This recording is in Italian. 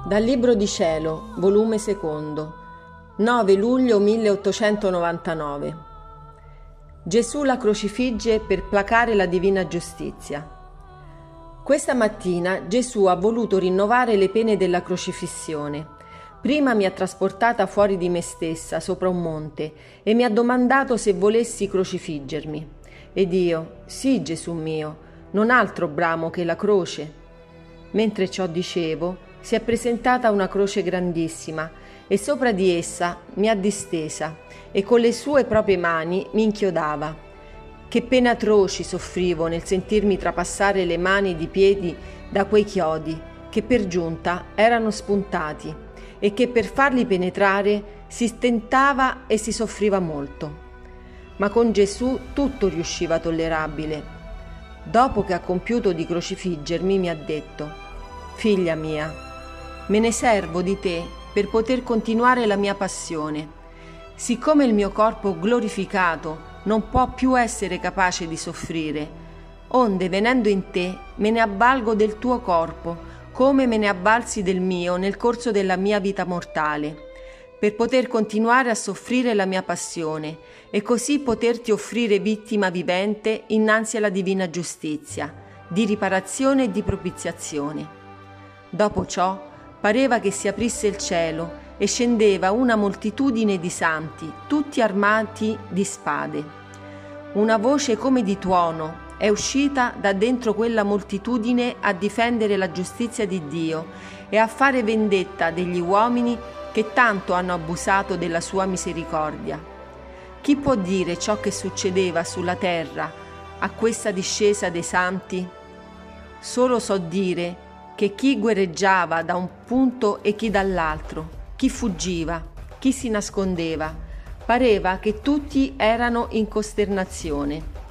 Dal Libro di Cielo, volume secondo, 9 luglio 1899. Gesù la crocifigge per placare la divina giustizia. Questa mattina Gesù ha voluto rinnovare le pene della crocifissione. Prima mi ha trasportata fuori di me stessa, sopra un monte, e mi ha domandato se volessi crocifiggermi. Ed io, sì, Gesù mio, non altro bramo che la croce. Mentre ciò dicevo, si è presentata una croce grandissima e sopra di essa mi ha distesa e con le sue proprie mani mi inchiodava. Che pene atroci soffrivo nel sentirmi trapassare le mani ed i piedi da quei chiodi che per giunta erano spuntati e che per farli penetrare si stentava e si soffriva molto. Ma con Gesù tutto riusciva tollerabile. Dopo che ha compiuto di crocifiggermi mi ha detto: «Figlia mia, me ne servo di te per poter continuare la mia passione. Siccome il mio corpo glorificato non può più essere capace di soffrire, onde venendo in te me ne avvalgo del tuo corpo, come me ne avvalsi del mio nel corso della mia vita mortale, per poter continuare a soffrire la mia passione e così poterti offrire vittima vivente innanzi alla divina giustizia, di riparazione e di propiziazione». Dopo ciò pareva che si aprisse il cielo e scendeva una moltitudine di santi, tutti armati di spade. Una voce come di tuono è uscita da dentro quella moltitudine a difendere la giustizia di Dio e a fare vendetta degli uomini che tanto hanno abusato della sua misericordia. Chi può dire ciò che succedeva sulla terra a questa discesa dei santi? Solo so dire che chi guerreggiava da un punto e chi dall'altro, chi fuggiva, chi si nascondeva, pareva che tutti erano in costernazione.